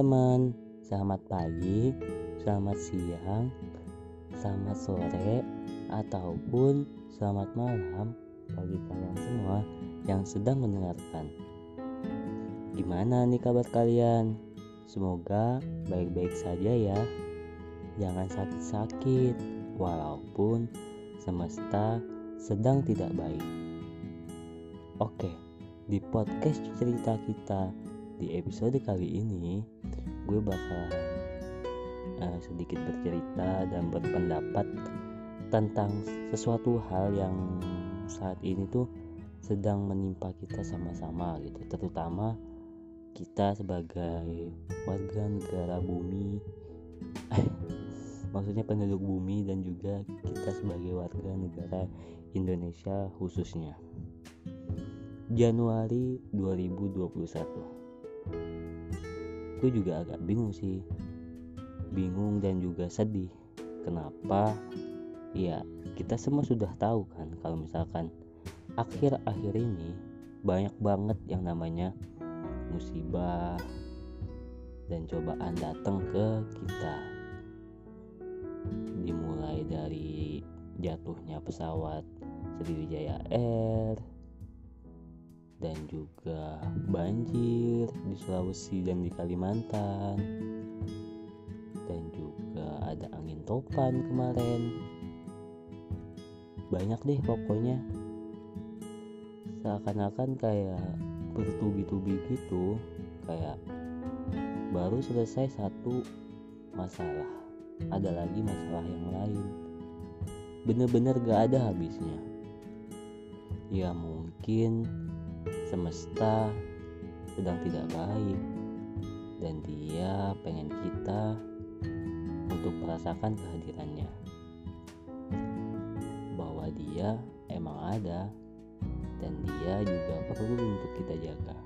teman-teman, selamat pagi, selamat siang, selamat sore, ataupun selamat malam bagi kalian semua yang sedang mendengarkan. Gimana nih kabar kalian? Semoga baik-baik saja ya. Jangan sakit-sakit, walaupun semesta sedang tidak baik. Oke, di podcast cerita kita di episode kali ini, gue bakalan sedikit bercerita dan berpendapat tentang sesuatu hal yang saat ini tuh sedang menimpa kita sama-sama gitu, terutama kita sebagai warga negara bumi, maksudnya penduduk bumi, dan juga kita sebagai warga negara Indonesia khususnya. Januari 2021. Gue juga agak bingung dan juga sedih. Kenapa? Ya, kita semua sudah tahu kan kalau misalkan akhir-akhir ini banyak banget yang namanya musibah dan cobaan datang ke kita. Dimulai dari jatuhnya pesawat Sriwijaya Air, dan juga banjir di Sulawesi dan di Kalimantan, dan juga ada angin topan kemarin. Banyak deh pokoknya, seakan-akan kayak bertubi-tubi gitu, kayak baru selesai satu masalah, ada lagi masalah yang lain, bener-bener gak ada habisnya. Ya mungkin semesta sedang tidak baik dan dia pengen kita untuk merasakan kehadirannya, bahwa dia emang ada dan dia juga perlu untuk kita jaga.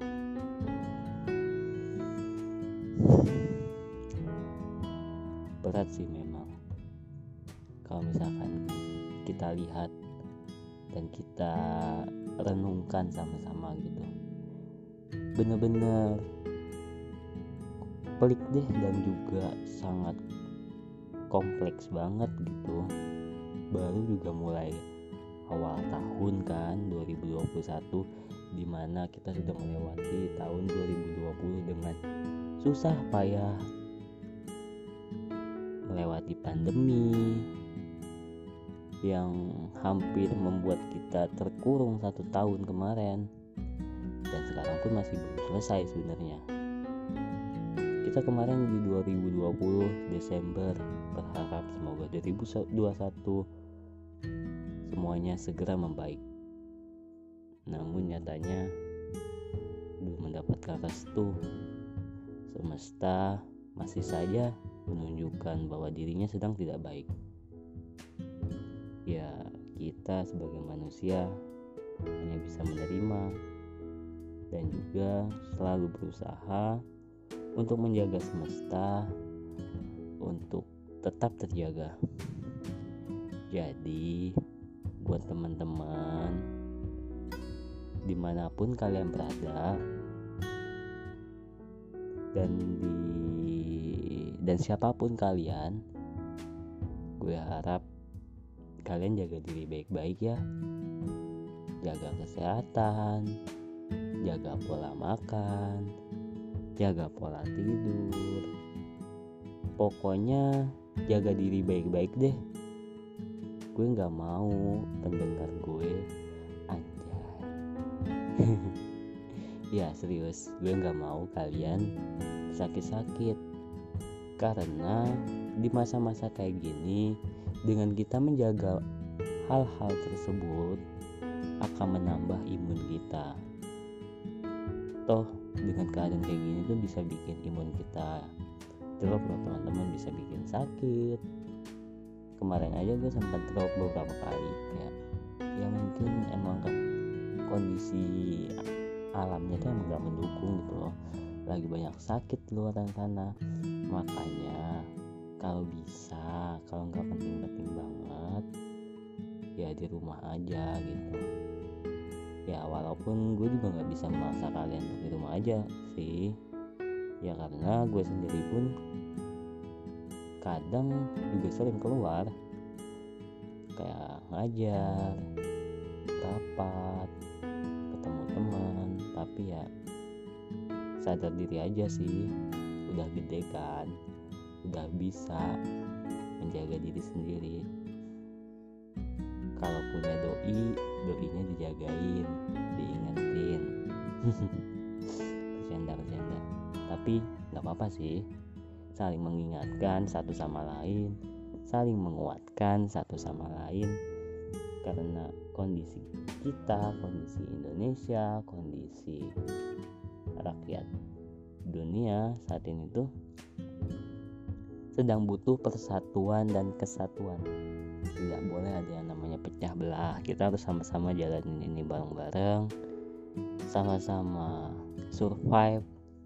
Berat sih memang kalau misalkan kita lihat dan kita renungkan sama-sama gitu. Bener-bener pelik deh, dan juga sangat kompleks banget gitu. Baru juga mulai awal tahun kan 2021, dimana kita sudah melewati tahun 2020 dengan susah payah melewati pandemi yang hampir membuat kita terkurung 1 tahun kemarin, dan sekarang pun masih belum selesai sebenarnya. Kita kemarin di 2020 Desember berharap semoga 2021 semuanya segera membaik, namun nyatanya belum mendapatkan restu. Semesta masih saja menunjukkan bahwa dirinya sedang tidak baik. Ya, kita sebagai manusia hanya bisa menerima dan juga selalu berusaha untuk menjaga semesta untuk tetap terjaga. Jadi buat teman-teman dimanapun kalian berada, dan siapapun kalian, gue harap kalian jaga diri baik-baik ya. Jaga kesehatan, jaga pola makan, jaga pola tidur. Pokoknya jaga diri baik-baik deh. Gue gak mau pendengar gue anjay ya serius, gue gak mau kalian sakit-sakit. Karena di masa-masa kayak gini, dengan kita menjaga hal-hal tersebut akan menambah imun kita. Toh dengan keadaan kayak gini tuh bisa bikin imun kita drop loh teman-teman, bisa bikin sakit. Kemarin aja gue sempat drop beberapa kali, ya mungkin emang kondisi alamnya tuh emang gak mendukung gitu loh. Lagi banyak sakit di luar sana. Makanya kalau bisa, kalau nggak penting-penting banget, ya di rumah aja gitu. Ya walaupun gue juga nggak bisa memaksa kalian untuk di rumah aja sih, Ya karena gue sendiri pun kadang juga sering keluar, kayak ngajar, rapat, ketemu teman, tapi ya sadar diri aja sih, udah gede kan, udah bisa menjaga diri sendiri. Kalau punya doinya dijagain, diingetin. bercanda. Tapi nggak apa-apa sih, saling mengingatkan satu sama lain, saling menguatkan satu sama lain. Karena kondisi kita, kondisi Indonesia, kondisi rakyat dunia saat ini tuh sedang butuh persatuan dan kesatuan. Tidak boleh ada yang namanya pecah belah. Kita harus sama-sama jalanin ini bareng-bareng, sama-sama survive.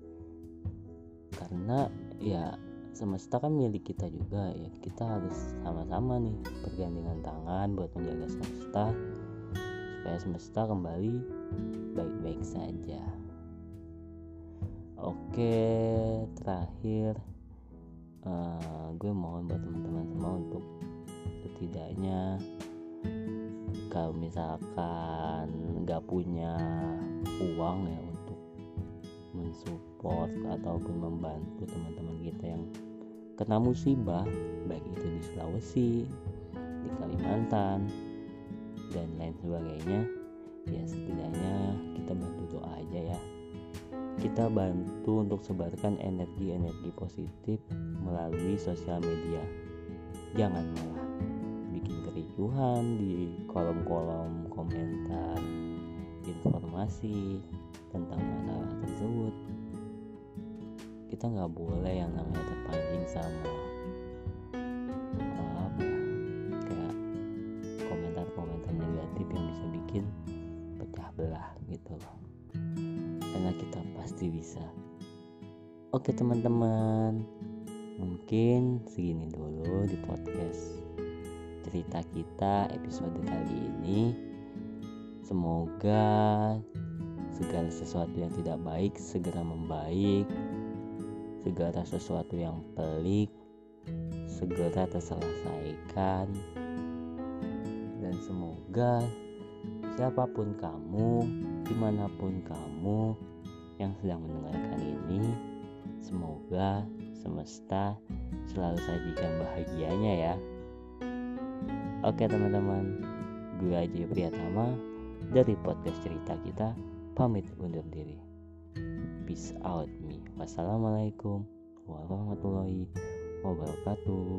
Karena ya semesta kan milik kita juga ya. Kita harus sama-sama nih bergandengan tangan buat menjaga semesta, supaya semesta kembali baik-baik saja. Oke, terakhir gue mohon buat teman-teman semua untuk setidaknya kalau misalkan gak punya uang ya untuk mensupport ataupun membantu teman-teman kita yang kena musibah, baik itu di Sulawesi, di Kalimantan, dan lain sebagainya, ya setidaknya kita bantu doa aja ya. Kita bantu untuk sebarkan energi-energi positif melalui sosial media. Jangan malah bikin kericuhan di kolom-kolom komentar informasi tentang masalah tersebut. Kita nggak boleh yang namanya terpancing sama kayak komentar-komentar negatif yang bisa bikin pecah belah gitu loh. Karena kita pasti bisa. Oke teman-teman, mungkin segini dulu di podcast cerita kita episode kali ini. Semoga segala sesuatu yang tidak baik segera membaik, segala sesuatu yang pelik segera terselesaikan, dan semoga siapapun kamu, dimanapun kamu yang sedang mendengarkan ini, semoga semesta selalu sajikan bahagianya ya. Oke teman-teman, gue Aji Priyatama dari podcast cerita kita pamit undur diri. Peace out me. Wassalamualaikum warahmatullahi wabarakatuh.